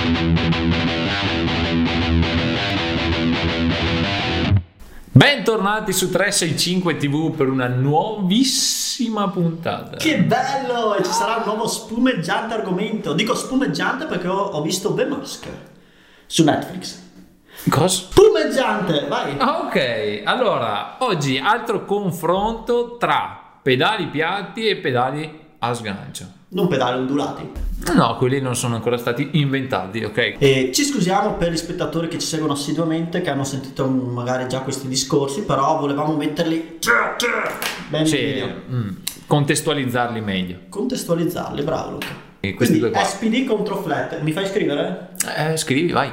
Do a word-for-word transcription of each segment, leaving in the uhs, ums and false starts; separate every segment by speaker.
Speaker 1: Bentornati su trecentosessantacinque tivù per una nuovissima puntata.
Speaker 2: Che bello! E ci sarà un nuovo spumeggiante argomento. Dico spumeggiante perché ho, ho visto The Mask su Netflix.
Speaker 1: Cosa?
Speaker 2: Spumeggiante, vai!
Speaker 1: Ah, ok, allora oggi altro confronto tra pedali piatti e pedali a sgancio.
Speaker 2: Non pedali ondulati.
Speaker 1: No, quelli non sono ancora stati inventati, ok?
Speaker 2: E ci scusiamo per gli spettatori che ci seguono assiduamente, che hanno sentito magari già questi discorsi, però volevamo metterli bene
Speaker 1: Sì,
Speaker 2: in video.
Speaker 1: mm, contestualizzarli meglio.
Speaker 2: Contestualizzarli, bravo Luca.
Speaker 1: E questi
Speaker 2: Quindi
Speaker 1: due qua.
Speaker 2: S P D contro flat. Mi fai scrivere?
Speaker 1: Eh, scrivi, vai.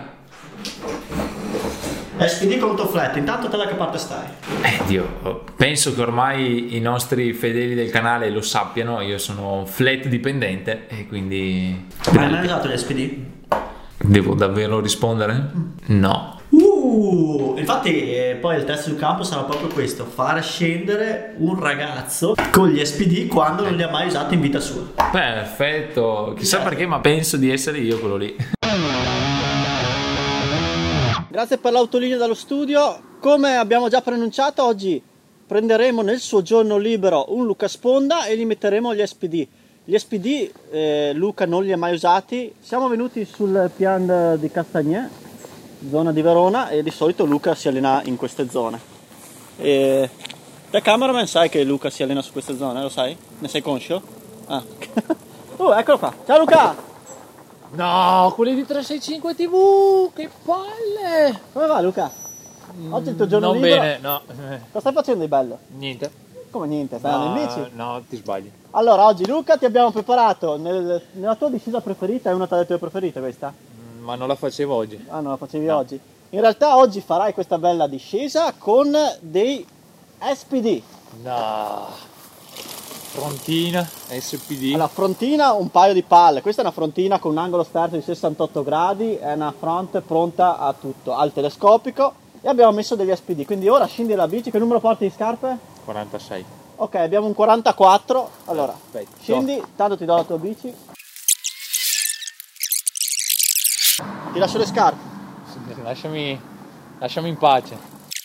Speaker 2: S P D contro flat. Intanto te da che parte stai?
Speaker 1: Eh, Dio, penso che ormai i nostri fedeli del canale lo sappiano, io sono flat dipendente e quindi...
Speaker 2: Hai mai usato gli S P D?
Speaker 1: Devo davvero rispondere? No.
Speaker 2: Uh, infatti eh, poi il test sul campo sarà proprio questo: fare scendere un ragazzo con gli S P D quando non li ha mai usati in vita sua.
Speaker 1: Perfetto, chissà perché, ma penso di essere io quello lì.
Speaker 3: Grazie per l'autolinea dallo studio. Come abbiamo già preannunciato, oggi prenderemo nel suo giorno libero un Luca Sponda e gli metteremo gli S P D. Gli S P D eh, Luca non li ha mai usati. Siamo venuti sul pian di Castagnè, zona di Verona, e di solito Luca si allena in queste zone. E da cameraman sai che Luca si allena su queste zone, lo sai? Ne sei conscio? Ah. Oh, eccolo qua. Ciao Luca!
Speaker 4: No, quelli di trecentosessantacinque tivù, che palle!
Speaker 3: Come va Luca? Oggi è il tuo giorno
Speaker 4: Non
Speaker 3: libero.
Speaker 4: bene, no.
Speaker 3: Cosa stai facendo di bello?
Speaker 4: Niente.
Speaker 3: Come niente, stai andando in bici?
Speaker 4: No, ti sbagli.
Speaker 3: Allora, oggi Luca ti abbiamo preparato nel- nella tua discesa preferita, è una delle tue preferite questa?
Speaker 4: Mm, Ma non la facevo oggi.
Speaker 3: Ah, non la facevi oggi? In realtà oggi farai questa bella discesa con dei S P D.
Speaker 4: No. Frontina, S P D.
Speaker 3: Alla frontina un paio di palle, questa è una frontina con un angolo sterzo di sessantotto gradi, è una front pronta a tutto, al telescopico, e abbiamo messo degli S P D, quindi ora scendi dalla bici. Che numero porti di scarpe?
Speaker 4: quarantasei.
Speaker 3: Ok, abbiamo un quarantaquattro, allora
Speaker 4: Aspetta.
Speaker 3: scendi, tanto ti do la tua bici. Ti lascio le scarpe.
Speaker 4: Lasciami, lasciami in pace.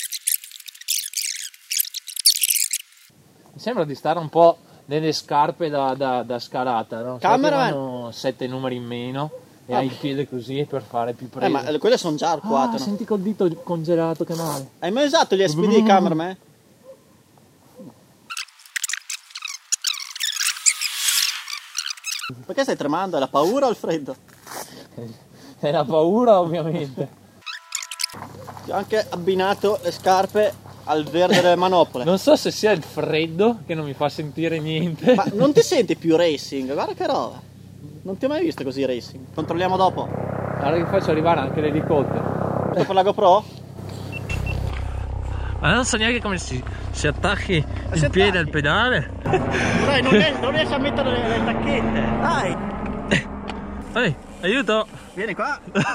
Speaker 4: Mi sembra di stare un po' nelle scarpe da, da, da scalata, no?
Speaker 3: Cameraman.
Speaker 4: Hanno sette numeri in meno e
Speaker 3: Ah.
Speaker 4: hai il piede così per fare più
Speaker 3: Eh,
Speaker 4: prese.
Speaker 3: ma quelle sono già arcuate,
Speaker 4: Ah,
Speaker 3: no?
Speaker 4: senti col dito congelato, che male.
Speaker 3: Hai mai usato gli S P D, cameraman? Perché stai tremando? È la paura o il freddo?
Speaker 4: È la paura, ovviamente.
Speaker 3: Ti ho anche abbinato le scarpe al verde delle manopole.
Speaker 4: Non so se sia il freddo che non mi fa sentire niente.
Speaker 3: Ma non ti senti più racing? Guarda che roba. Non ti ho mai visto così racing. Controlliamo dopo.
Speaker 4: Guarda che faccio arrivare anche l'elicottero.
Speaker 3: Sto per la GoPro?
Speaker 4: Ma non so neanche come si, si attacchi
Speaker 3: si
Speaker 4: il piede
Speaker 3: attacchi?
Speaker 4: al pedale.
Speaker 3: Dai, non, riesci, non riesci a mettere le, le tacchette. Dai,
Speaker 4: Ehi, aiuto!
Speaker 3: vieni qua.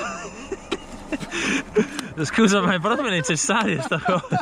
Speaker 4: Scusa, ma è proprio necessaria sta cosa.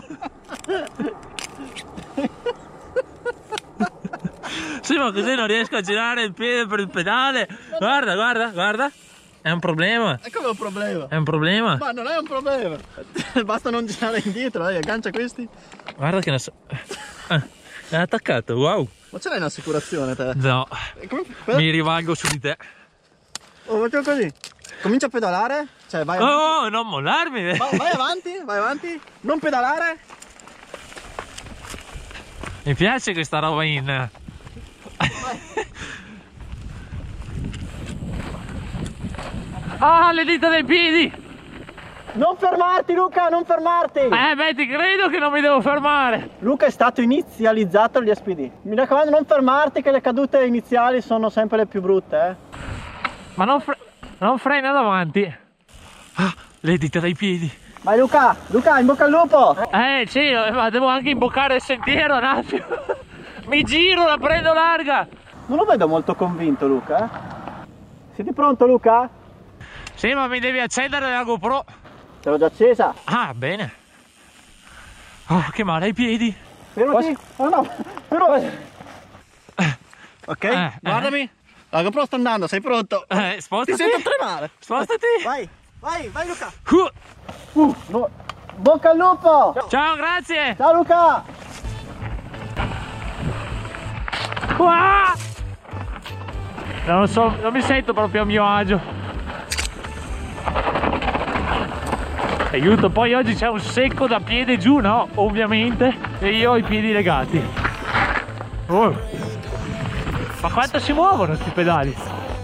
Speaker 4: Sì, ma così non riesco a girare il piede per il pedale. Guarda, guarda, guarda. È un problema.
Speaker 3: È come un problema.
Speaker 4: È un problema.
Speaker 3: Ma non è un problema. Basta non girare indietro, dai, aggancia questi.
Speaker 4: Guarda che ne so. Ah, è attaccato, wow.
Speaker 3: Ma ce l'hai un'assicurazione te?
Speaker 4: No,
Speaker 3: E come-
Speaker 4: mi rivalgo su di te.
Speaker 3: Oh, facciamo così. Comincia a pedalare. Cioè, vai avanti.
Speaker 4: Oh, non mollarmi.
Speaker 3: Va- vai avanti, vai avanti. Non pedalare.
Speaker 4: Mi piace questa roba in... Ah, le dita dei piedi!
Speaker 3: Non fermarti, Luca, non fermarti.
Speaker 4: Eh beh, ti credo che non mi devo fermare.
Speaker 3: Luca è stato inizializzato agli S P D. Mi raccomando, non fermarti, che le cadute iniziali sono sempre le più brutte, eh.
Speaker 4: Ma non, fre non frena davanti. Ah, le dita dai piedi.
Speaker 3: Vai Luca, Luca, in bocca al lupo.
Speaker 4: Eh sì, ma devo anche imboccare il sentiero un attimo. Mi giro, la prendo larga.
Speaker 3: Non lo vedo molto convinto, Luca, eh. Siete pronto, Luca?
Speaker 4: Sì, ma mi devi accendere la GoPro.
Speaker 3: Te l'ho già accesa.
Speaker 4: Ah, bene. Oh, che male ai piedi.
Speaker 3: Fermati. Oh no, però... Ok,
Speaker 4: Eh,
Speaker 3: guardami.
Speaker 4: eh.
Speaker 3: La GoPro sta andando, sei pronto?
Speaker 4: Eh, spostati.
Speaker 3: Ti sento tremare.
Speaker 4: Spostati.
Speaker 3: Vai, vai, vai Luca.
Speaker 4: Uh.
Speaker 3: Uh, bo- bocca al lupo.
Speaker 4: Ciao, grazie.
Speaker 3: Ciao Luca.
Speaker 4: Uah! Non so, non mi sento proprio a mio agio. Aiuto, poi oggi c'è un secco da piede giù, no? Ovviamente. E io ho i piedi legati. Oh. Ma quanto si muovono sti pedali?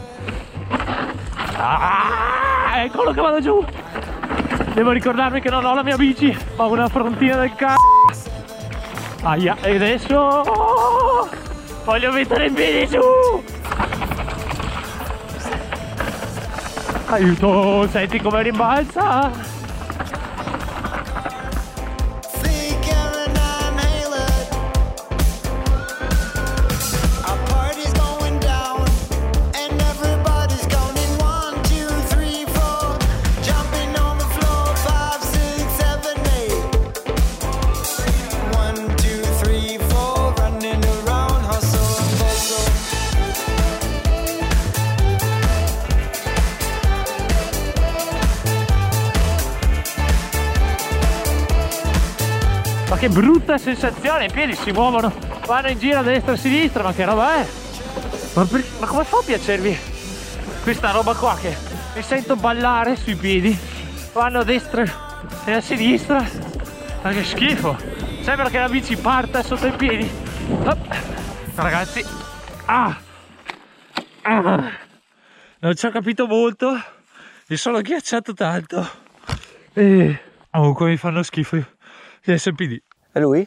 Speaker 4: Ah, eccolo che vado giù. Devo ricordarmi che non ho la mia bici, ma una frontina del c***o. Aia, e adesso oh, voglio mettere i piedi giù. Aiuto, senti come rimbalza. Ma che brutta sensazione, i piedi si muovono, vanno in giro a destra e a sinistra, ma che roba è? Ma, per, ma come fa a piacervi questa roba qua che mi sento ballare sui piedi, vanno a destra e a sinistra, ma che schifo, sembra che la bici parta sotto i piedi. Oh. Ragazzi, ah. Ah. Non ci ho capito molto, mi sono ghiacciato tanto e comunque mi fanno schifo gli S P D.
Speaker 3: È lui?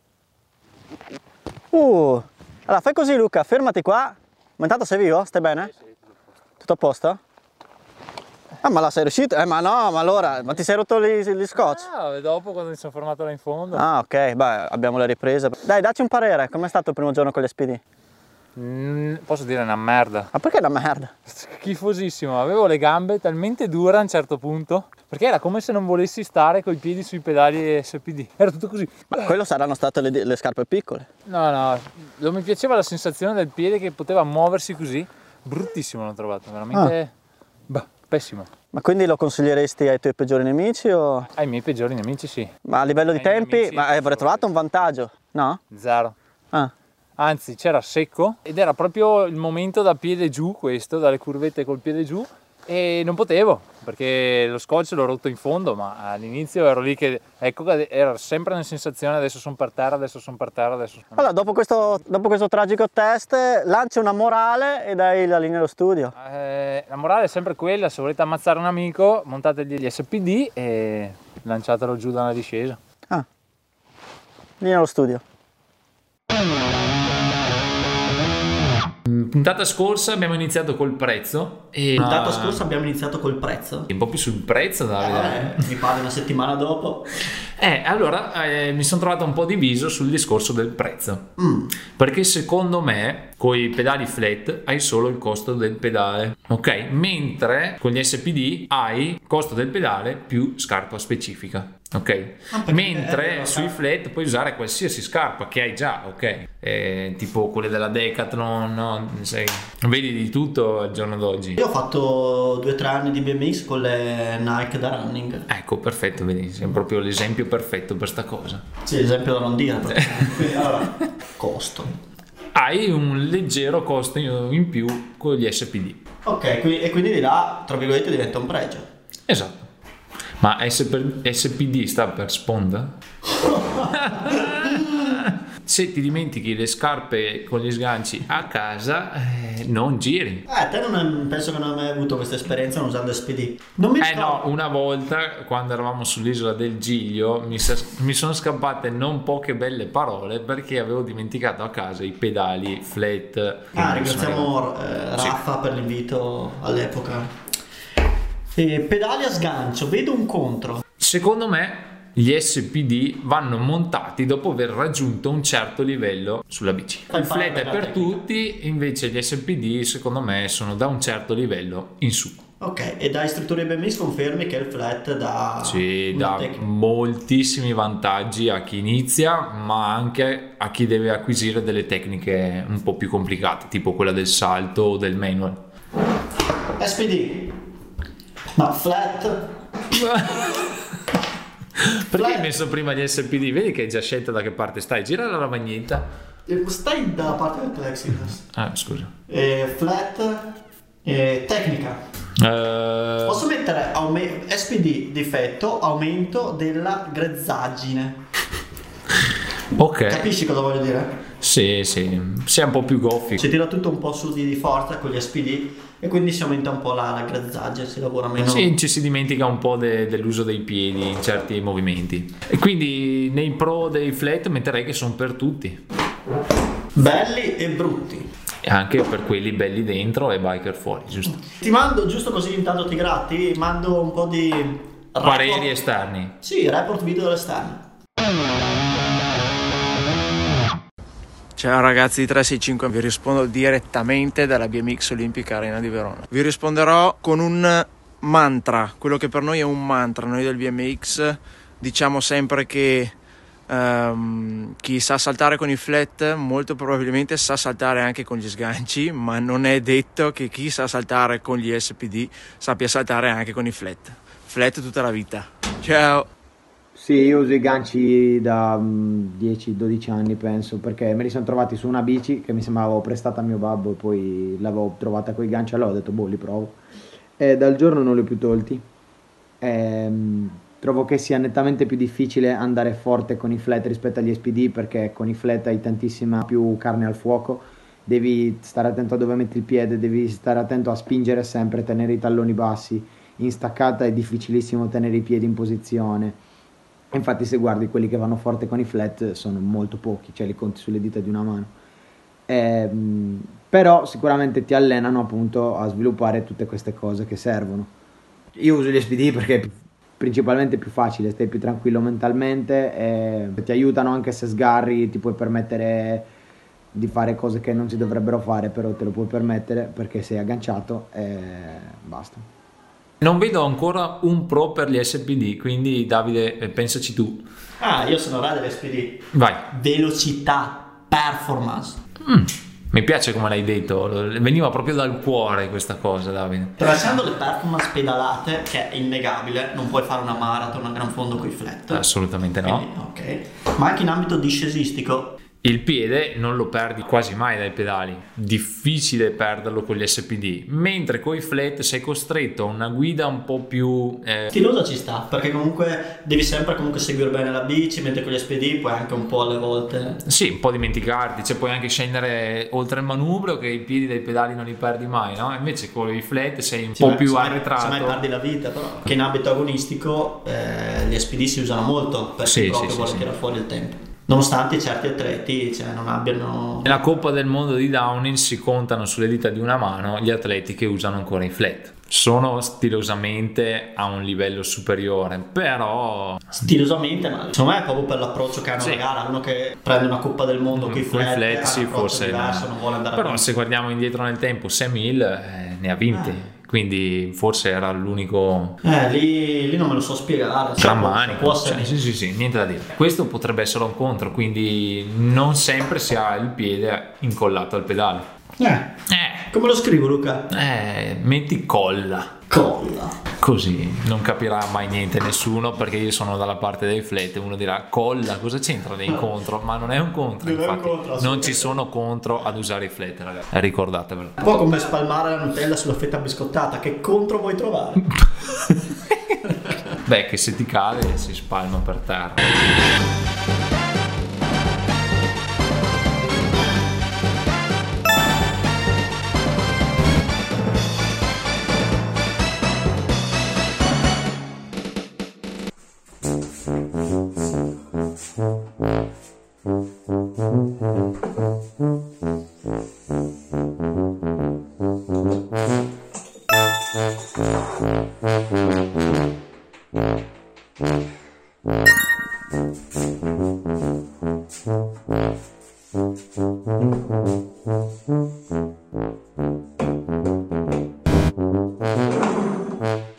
Speaker 3: Uh, allora fai così Luca, fermati qua. Ma intanto sei vivo? Stai bene? Tutto a posto? Ah, ma la sei riuscito? Eh, ma no, ma allora, ma ti sei rotto gli, gli scotch?
Speaker 4: Ah, dopo quando mi sono fermato là in fondo.
Speaker 3: Ah, ok, beh, abbiamo le riprese. Dai, dacci un parere, com'è stato il primo giorno con gli S P D?
Speaker 4: Mm, posso dire una merda.
Speaker 3: Ma perché la merda?
Speaker 4: Schifosissimo, avevo le gambe talmente dure a un certo punto, perché era come se non volessi stare coi piedi sui pedali S P D. Era tutto così.
Speaker 3: Ma quello saranno state le, le scarpe piccole.
Speaker 4: No, no, non mi piaceva la sensazione del piede che poteva muoversi così. Bruttissimo l'ho trovato, veramente. Ah. Bah, pessimo.
Speaker 3: Ma quindi lo consiglieresti ai tuoi peggiori nemici o?
Speaker 4: Ai miei peggiori nemici sì.
Speaker 3: Ma a livello di
Speaker 4: Ai
Speaker 3: tempi,
Speaker 4: nemici,
Speaker 3: ma avrei trovato un vantaggio, no?
Speaker 4: Zero.
Speaker 3: Ah.
Speaker 4: Anzi, c'era secco ed era proprio il momento da piede giù, questo, dalle curvette col piede giù, e non potevo perché lo scotch l'ho rotto in fondo, ma all'inizio ero lì che, ecco, era sempre una sensazione, adesso sono per terra, adesso sono per terra, adesso sono...
Speaker 3: Allora, dopo questo, dopo questo tragico test, lancia una morale e dai la linea allo studio.
Speaker 4: Eh, la morale è sempre quella: se volete ammazzare un amico, montategli gli S P D e lanciatelo giù da una discesa.
Speaker 3: Ah, linea allo studio.
Speaker 1: Puntata scorsa abbiamo iniziato col prezzo e
Speaker 2: Puntata scorsa abbiamo iniziato col prezzo.
Speaker 1: un po' più sul prezzo, Davide.
Speaker 2: Eh, mi pare una settimana dopo.
Speaker 1: Eh, allora eh, mi sono trovato un po' diviso sul discorso del prezzo.
Speaker 2: Mm.
Speaker 1: Perché secondo me con i pedali flat hai solo il costo del pedale, ok? Mentre con gli S P D hai costo del pedale più scarpa specifica, ok?
Speaker 2: Ah,
Speaker 1: Mentre
Speaker 2: eh,
Speaker 1: sui flat puoi usare qualsiasi scarpa che hai già, ok? Eh, tipo quelle della Decathlon, no? Sai, vedi di tutto al giorno d'oggi.
Speaker 2: Io ho fatto due o tre anni di B M X con le Nike da running.
Speaker 1: Ecco, perfetto, vedi, sei proprio l'esempio perfetto per sta cosa.
Speaker 2: Sì, esempio da non dire. Quindi, allora, costo.
Speaker 1: Hai un leggero costo in più con gli S P D.
Speaker 2: Ok, qui- e quindi di là, tra virgolette, diventa un pregio.
Speaker 1: Esatto. Ma S P D sta per sponda? Se ti dimentichi le scarpe con gli sganci a casa, eh, non giri.
Speaker 2: Eh, te non hai- penso che non hai mai avuto questa esperienza non usando S P D. Non mi
Speaker 1: Eh no,
Speaker 2: scordo.
Speaker 1: una volta quando eravamo sull'isola del Giglio mi, sa- mi sono scappate non poche belle parole perché avevo dimenticato a casa i pedali flat.
Speaker 2: Ah,
Speaker 1: che mi sono
Speaker 2: ringraziamo eh,
Speaker 1: Sì.
Speaker 2: Raffa per l'invito all'epoca. E pedali a sgancio, vedo un contro.
Speaker 1: Secondo me gli S P D vanno montati dopo aver raggiunto un certo livello sulla bici.
Speaker 2: Fai
Speaker 1: Il flat
Speaker 2: fare
Speaker 1: è
Speaker 2: la
Speaker 1: per
Speaker 2: tecnica.
Speaker 1: tutti, invece gli S P D secondo me sono da un certo livello in su.
Speaker 2: Ok, e da istruttore B M X confermi che il flat dà
Speaker 1: Sì,
Speaker 2: una
Speaker 1: dà
Speaker 2: tecnica.
Speaker 1: moltissimi vantaggi a chi inizia, ma anche a chi deve acquisire delle tecniche un po' più complicate, tipo quella del salto o del manual.
Speaker 2: S P D. Ma flat.
Speaker 1: Perché hai messo prima gli S P D? Vedi che hai già scelto da che parte stai. Gira la lavagnetta.
Speaker 2: Stai dalla parte del plexiglass.
Speaker 1: Ah, scusa.
Speaker 2: Eh, flat. Eh, tecnica.
Speaker 1: Eh,
Speaker 2: Posso mettere aume- S P D difetto, aumento della grezzaggine.
Speaker 1: ok.
Speaker 2: Capisci cosa voglio dire?
Speaker 1: Sì, sì. Sei un po' più goffi.
Speaker 2: Si tira tutto un po' su di, di forza con gli S P D e quindi si aumenta un po' la, la grezzaggine, si lavora meno.
Speaker 1: Sì, ci si dimentica un po' de- dell'uso dei piedi in certi movimenti. E quindi nei pro dei flat metterei che sono per tutti.
Speaker 2: Belli e brutti.
Speaker 1: E anche per quelli belli dentro e biker fuori, giusto?
Speaker 2: Ti mando, giusto così intanto ti gratti, mando un po' di
Speaker 1: Pareri
Speaker 2: report-
Speaker 1: esterni.
Speaker 2: Sì, report video dall'esterno.
Speaker 5: Ciao ragazzi di tre sei cinque, vi rispondo direttamente dalla B M X Olimpica Arena di Verona. Vi risponderò con un mantra, quello che per noi è un mantra. Noi del B M X diciamo sempre che um, chi sa saltare con i flat molto probabilmente sa saltare anche con gli sganci, ma non è detto che chi sa saltare con gli S P D sappia saltare anche con i flat. Flat tutta la vita. Ciao!
Speaker 6: Sì, io uso i ganci da mm, dieci dodici anni penso, perché me li sono trovati su una bici che mi sembrava avevo prestata a mio babbo e poi l'avevo trovata con i ganci, allora ho detto boh, li provo. E dal giorno non li ho più tolti. Ehm, trovo che sia nettamente più difficile andare forte con i flat rispetto agli S P D, perché con i flat hai tantissima più carne al fuoco, devi stare attento a dove metti il piede, devi stare attento a spingere sempre, tenere i talloni bassi, in staccata è difficilissimo tenere i piedi in posizione. Infatti se guardi quelli che vanno forte con i flat sono molto pochi, cioè li conti sulle dita di una mano. Ehm, però sicuramente ti allenano appunto a sviluppare tutte queste cose che servono. Io uso gli S P D perché è principalmente più facile, stai più tranquillo mentalmente e ti aiutano anche se sgarri, ti puoi permettere di fare cose che non si dovrebbero fare, però te lo puoi permettere perché sei agganciato e basta.
Speaker 1: Non vedo ancora un pro per gli S P D, quindi Davide, eh, pensaci tu.
Speaker 2: Ah, io sono re dell'S P D.
Speaker 1: Vai.
Speaker 2: Velocità, performance.
Speaker 1: Mm, mi piace come l'hai detto, veniva proprio dal cuore questa cosa, Davide.
Speaker 2: Tralasciando le performance pedalate, che è innegabile, non puoi fare una marathon a gran fondo con i flat.
Speaker 1: Assolutamente no.
Speaker 2: Quindi, ok. Ma anche in ambito discesistico.
Speaker 1: Il piede non lo perdi quasi mai dai pedali, difficile perderlo con gli S P D, mentre con i flat sei costretto a una guida un po' più... Eh...
Speaker 2: Stilosa ci sta, perché comunque devi sempre comunque seguire bene la bici, mentre con gli S P D puoi anche un po' alle volte...
Speaker 1: Sì, un po' dimenticarti, cioè puoi anche scendere oltre il manubrio che i piedi dai pedali non li perdi mai, no? Invece con i flat sei un
Speaker 2: Sì,
Speaker 1: po'
Speaker 2: ma-
Speaker 1: più
Speaker 2: se mai-
Speaker 1: arretrato.
Speaker 2: Se mai perdi la vita, però. Che in ambito agonistico eh, gli S P D si usano molto perché
Speaker 1: Sì,
Speaker 2: proprio
Speaker 1: sì,
Speaker 2: vuole
Speaker 1: sì,
Speaker 2: tirare fuori il tempo. Nonostante certi atleti cioè, non abbiano...
Speaker 1: Nella Coppa del Mondo di Downhill si contano sulle dita di una mano gli atleti che usano ancora i flat. Sono stilosamente a un livello superiore, però...
Speaker 2: Stilosamente, ma secondo me è proprio per l'approccio che hanno
Speaker 1: Sì.
Speaker 2: alla gara. Uno che prende una Coppa del Mondo con i
Speaker 1: Con i
Speaker 2: flat,
Speaker 1: flat
Speaker 2: ha
Speaker 1: sì,
Speaker 2: un approccio
Speaker 1: forse
Speaker 2: diverso,
Speaker 1: no.
Speaker 2: non vuole andare
Speaker 1: Però
Speaker 2: a
Speaker 1: se guardiamo indietro nel tempo Sam Hill eh, ne ha vinte,
Speaker 2: Eh.
Speaker 1: quindi forse era l'unico
Speaker 2: Eh, lì, lì non me lo so spiegare.
Speaker 1: gran
Speaker 2: Può-
Speaker 1: manico,
Speaker 2: può
Speaker 1: cioè,
Speaker 2: essere-
Speaker 1: sì sì sì, niente da dire. Questo potrebbe essere un contro, quindi non sempre si ha il piede incollato al pedale.
Speaker 2: Eh,
Speaker 1: Eh,
Speaker 2: come lo scrivo, Luca?
Speaker 1: eh metti colla.
Speaker 2: Colla.
Speaker 1: Così non capirà mai niente nessuno, perché io sono dalla parte dei flat. Uno dirà colla, cosa c'entra dei contro? Ma non è un contro,
Speaker 2: Non è un
Speaker 1: infatti.
Speaker 2: contro,
Speaker 1: Non
Speaker 2: assolutamente.
Speaker 1: ci sono contro ad usare i flat, ragazzi, ricordatevelo.
Speaker 2: Un po' come spalmare la Nutella sulla fetta biscottata. Che contro vuoi trovare?
Speaker 1: Beh, che se ti cade si spalma per terra.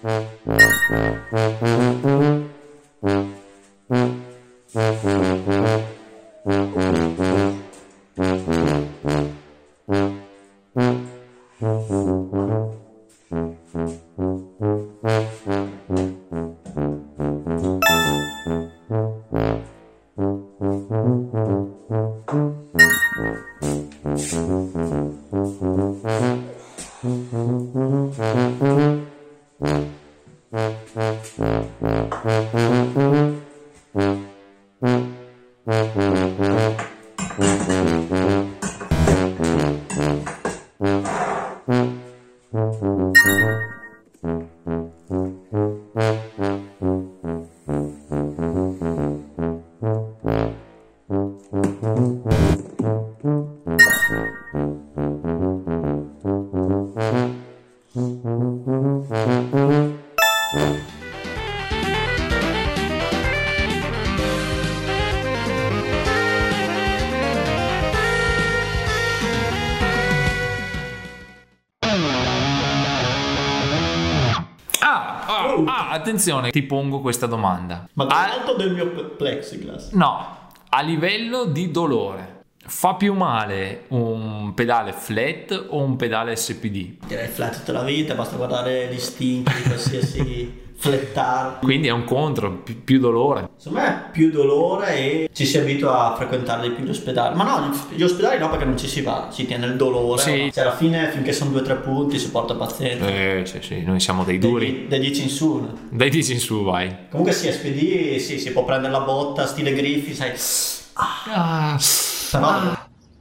Speaker 1: Ah, attenzione, ti pongo questa domanda.
Speaker 2: Ma
Speaker 1: A-
Speaker 2: dall'alto del mio pe- plexiglass.
Speaker 1: No, a livello di dolore, fa più male un pedale flat o un pedale S P D?
Speaker 2: Direi flat tutta la vita, basta guardare gli stinchi di qualsiasi flettaro.
Speaker 1: Quindi è un contro, pi- più dolore.
Speaker 2: Secondo me più dolore e ci si abitua a frequentare di più gli ospedali. Ma no, gli ospedali no, perché non ci si va, si tiene il dolore.
Speaker 1: Sì.
Speaker 2: Cioè alla fine finché sono due o tre punti si porta il paziente.
Speaker 1: Eh, sì, sì, noi siamo dei duri.
Speaker 2: Dai- Dai dieci in su.
Speaker 1: Dai dici in su, vai.
Speaker 2: Comunque sì, S P D sì, si può prendere la botta, stile Griffi, sai.
Speaker 1: Ah.
Speaker 2: Però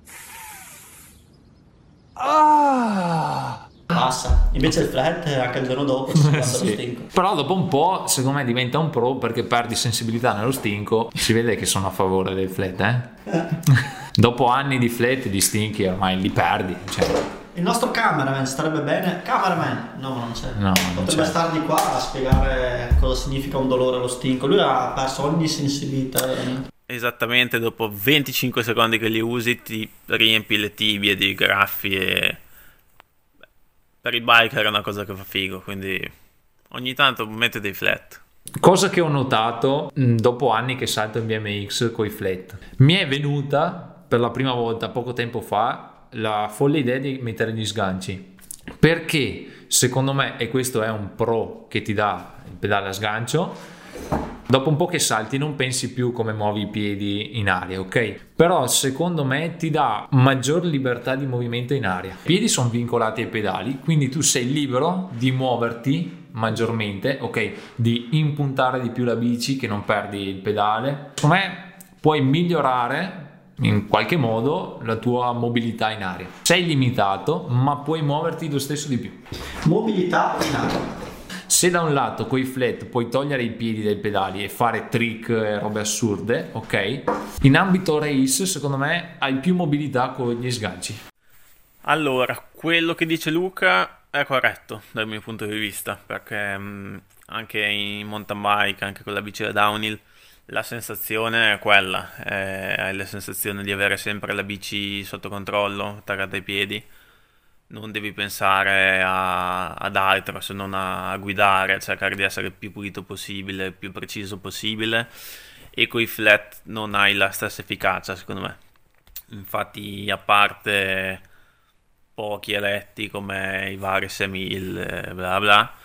Speaker 1: Ah.
Speaker 2: passa. Invece il flat anche il giorno dopo si guarda
Speaker 1: Sì.
Speaker 2: lo stinco.
Speaker 1: Però dopo un po', secondo me, diventa un pro perché perdi sensibilità nello stinco. Si vede che sono a favore del flat, eh? Dopo anni di flat e di stinchi ormai li perdi. Cioè,
Speaker 2: Il nostro cameraman starebbe bene. Cameraman? No, ma non c'è.
Speaker 1: No, non
Speaker 2: Potrebbe
Speaker 1: c'è.
Speaker 2: star di qua a spiegare cosa significa un dolore allo stinco. Lui ha perso ogni sensibilità, veramente.
Speaker 7: Esattamente, dopo venticinque secondi che li usi ti riempi le tibie di graffi e beh, per i biker è una cosa che fa figo, quindi ogni tanto mette dei flat.
Speaker 1: cosa che ho notato mh, dopo anni che salto in B M X con i flat, mi è venuta per la prima volta poco tempo fa la folle idea di mettere gli sganci, perché secondo me, e questo è un pro che ti dà il pedale a sgancio, dopo un po' che salti non pensi più come muovi i piedi in aria, ok? Però secondo me ti dà maggior libertà di movimento in aria. I piedi sono vincolati ai pedali, quindi tu sei libero di muoverti maggiormente, ok? Di impuntare di più la bici, che non perdi il pedale. Secondo me puoi migliorare in qualche modo la tua mobilità in aria. Sei limitato, ma puoi muoverti lo stesso di più.
Speaker 2: Mobilità in aria.
Speaker 1: Se da un lato coi flat puoi togliere i piedi dai pedali e fare trick e robe assurde, ok? In ambito race, secondo me, hai più mobilità con gli sganci.
Speaker 7: Allora, quello che dice Luca è corretto dal mio punto di vista, perché mh, anche in mountain bike, anche con la bici da downhill, la sensazione è quella, è- hai la sensazione di avere sempre la bici sotto controllo, attaccata ai piedi. Non devi pensare a- ad altro se non a guidare, a cercare di essere il più pulito possibile, il più preciso possibile, e con i flat non hai la stessa efficacia, secondo me. Infatti, a parte pochi eletti come i vari sei mila, eh, bla bla,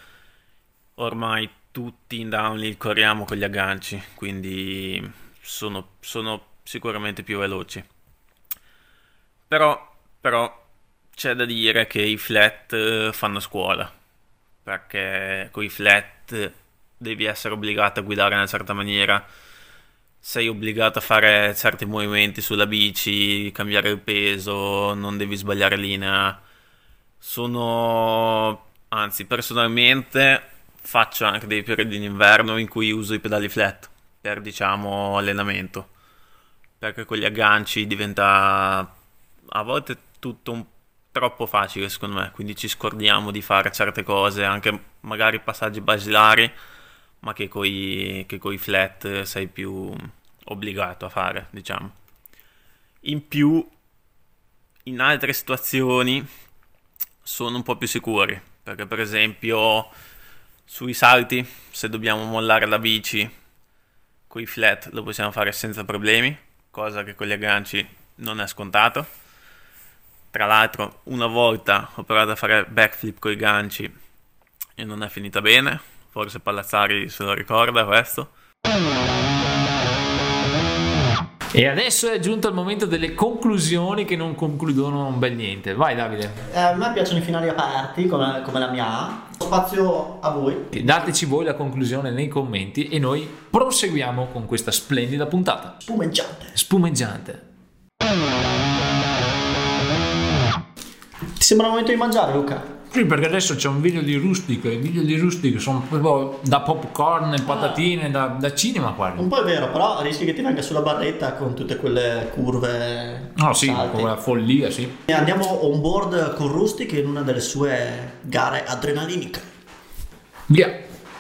Speaker 7: ormai tutti in downhill corriamo con gli agganci, quindi sono, sono sicuramente più veloci. Però, però c'è da dire che i flat eh, fanno scuola, perché con i flat devi essere obbligato a guidare in una certa maniera, sei obbligato a fare certi movimenti sulla bici, cambiare il peso, non devi sbagliare linea. Sono, anzi, personalmente faccio anche dei periodi in inverno in cui uso i pedali flat per, diciamo, allenamento, perché con gli agganci diventa a volte tutto un troppo facile, secondo me, quindi ci scordiamo di fare certe cose, anche magari passaggi basilari, ma che coi, che coi flat sei più obbligato a fare, diciamo. In più, in altre situazioni sono un po' più sicuri, perché per esempio Sui salti, se dobbiamo mollare la bici, con i flat lo possiamo fare senza problemi, cosa che con gli agganci non è scontato. Tra l'altro una volta ho provato a fare backflip con i ganci e non è finita bene, forse Pallazzari se lo ricorda questo.
Speaker 1: E adesso è giunto il momento delle conclusioni che non concludono un bel niente. Vai Davide.
Speaker 2: Eh, a me piacciono i finali aperti come, come la mia. Spazio a voi.
Speaker 1: Dateci voi la conclusione nei commenti e noi proseguiamo con questa splendida puntata.
Speaker 2: Spumeggiante.
Speaker 1: Spumeggiante.
Speaker 2: Ti sembra il momento di mangiare, Luca?
Speaker 1: Sì, perché adesso c'è un video di Rustic. I video di Rustic sono proprio da popcorn, patatine, ah. da, da cinema quasi.
Speaker 2: Un po' è vero, però rischi che ti venga sulla barretta con tutte quelle curve.
Speaker 1: No, sì,
Speaker 2: salti.
Speaker 1: con la follia, sì.
Speaker 2: E andiamo on board con Rustic in una delle sue gare adrenaliniche.
Speaker 1: Via.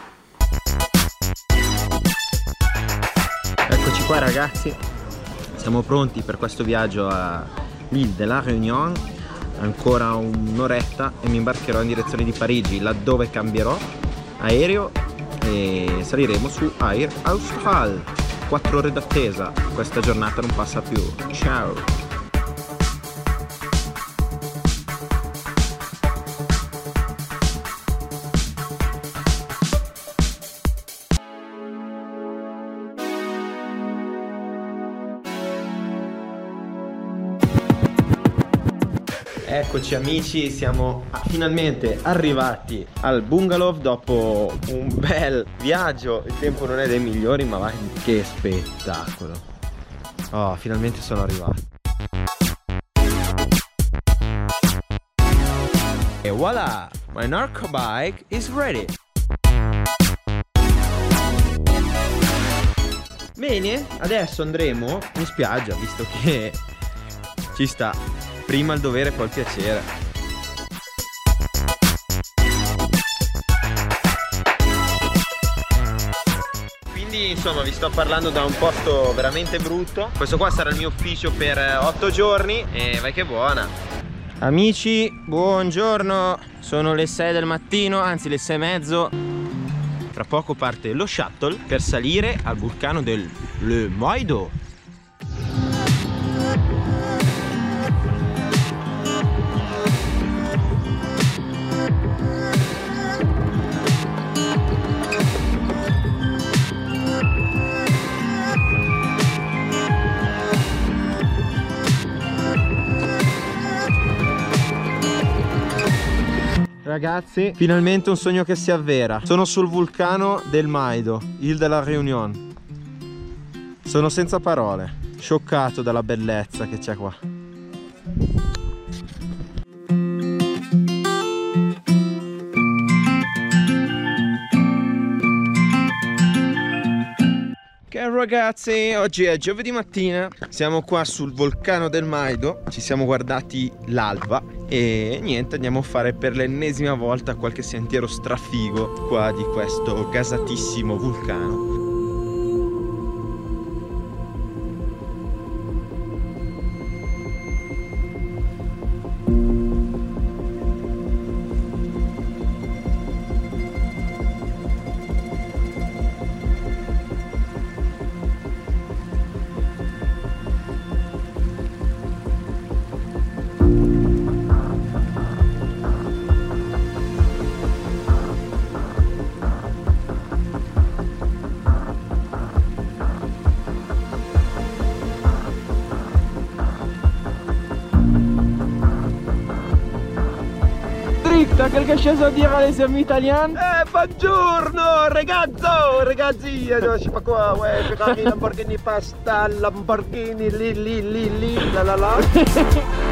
Speaker 8: Eccoci qua ragazzi, siamo pronti per questo viaggio a l'Île de la Réunion. Ancora un'oretta e mi imbarcherò in direzione di Parigi, laddove cambierò aereo e saliremo su Air Austral. Quattro ore d'attesa, questa giornata non passa più. Ciao! Eccoci amici, siamo finalmente arrivati al bungalow dopo un bel viaggio. Il tempo non è dei migliori, ma vai, che spettacolo. Oh, finalmente sono arrivato. E voilà, my narco bike is ready. Bene, adesso andremo in spiaggia, visto che ci sta. Prima il dovere poi il piacere. Quindi insomma vi sto parlando da un posto veramente brutto. Questo qua sarà il mio ufficio per otto giorni e vai che buona. Amici, buongiorno. Sono le sei del mattino, anzi le sei e mezzo. Tra poco parte lo shuttle per salire al vulcano del Le Maido. Ragazzi, finalmente un sogno che si avvera. Sono sul vulcano del Maido, Île de la Réunion. Sono senza parole, scioccato dalla bellezza che c'è qua. Ok ragazzi, oggi è giovedì mattina, siamo qua sul vulcano del Maido, ci siamo guardati l'alba e niente, andiamo a fare per l'ennesima volta qualche sentiero strafigo qua di questo gasatissimo vulcano. Quel che è sceso a dire alle siamo italiani. Eh, buongiorno ragazzo, ragazzi, si fa qua, uè, Ferrari, Lamborghini, pasta, Lamborghini, lì, lì, lì, lì, la la la.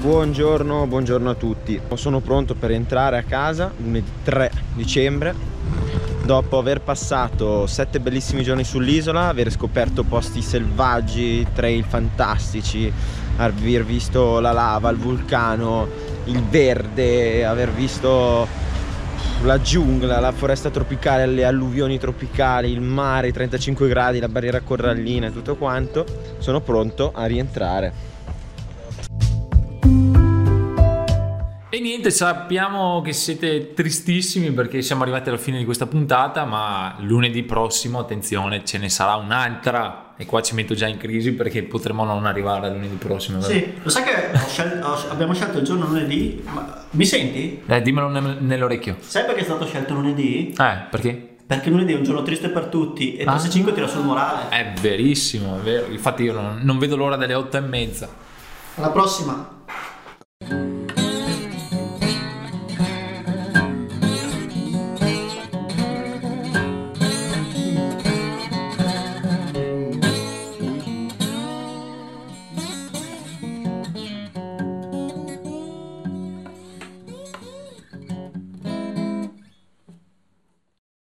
Speaker 8: buongiorno, buongiorno a tutti. Sono pronto per entrare a casa lunedì tre dicembre, dopo aver passato sette bellissimi giorni sull'isola, aver scoperto posti selvaggi, trail fantastici, aver visto la lava, il vulcano, il verde, aver visto la giungla, la foresta tropicale, le alluvioni tropicali, il mare, i trentacinque gradi, la barriera corallina e tutto quanto. Sono pronto a rientrare.
Speaker 1: E niente, sappiamo che siete tristissimi perché siamo arrivati alla fine di questa puntata, ma lunedì prossimo, attenzione, ce ne sarà un'altra. E qua ci metto già in crisi perché potremo non arrivare a lunedì prossimo. Vero?
Speaker 2: Sì, lo sai che ho scel- ho- abbiamo scelto il giorno lunedì? Ma mi senti?
Speaker 1: Eh, dimmelo ne- nell'orecchio.
Speaker 2: Sai perché è stato scelto lunedì?
Speaker 1: Eh, perché?
Speaker 2: Perché lunedì è un giorno triste per tutti e
Speaker 1: Ah.
Speaker 2: T S cinque tira sul morale.
Speaker 1: È verissimo, è vero. Infatti io non, non vedo l'ora delle otto e mezza.
Speaker 2: Alla prossima!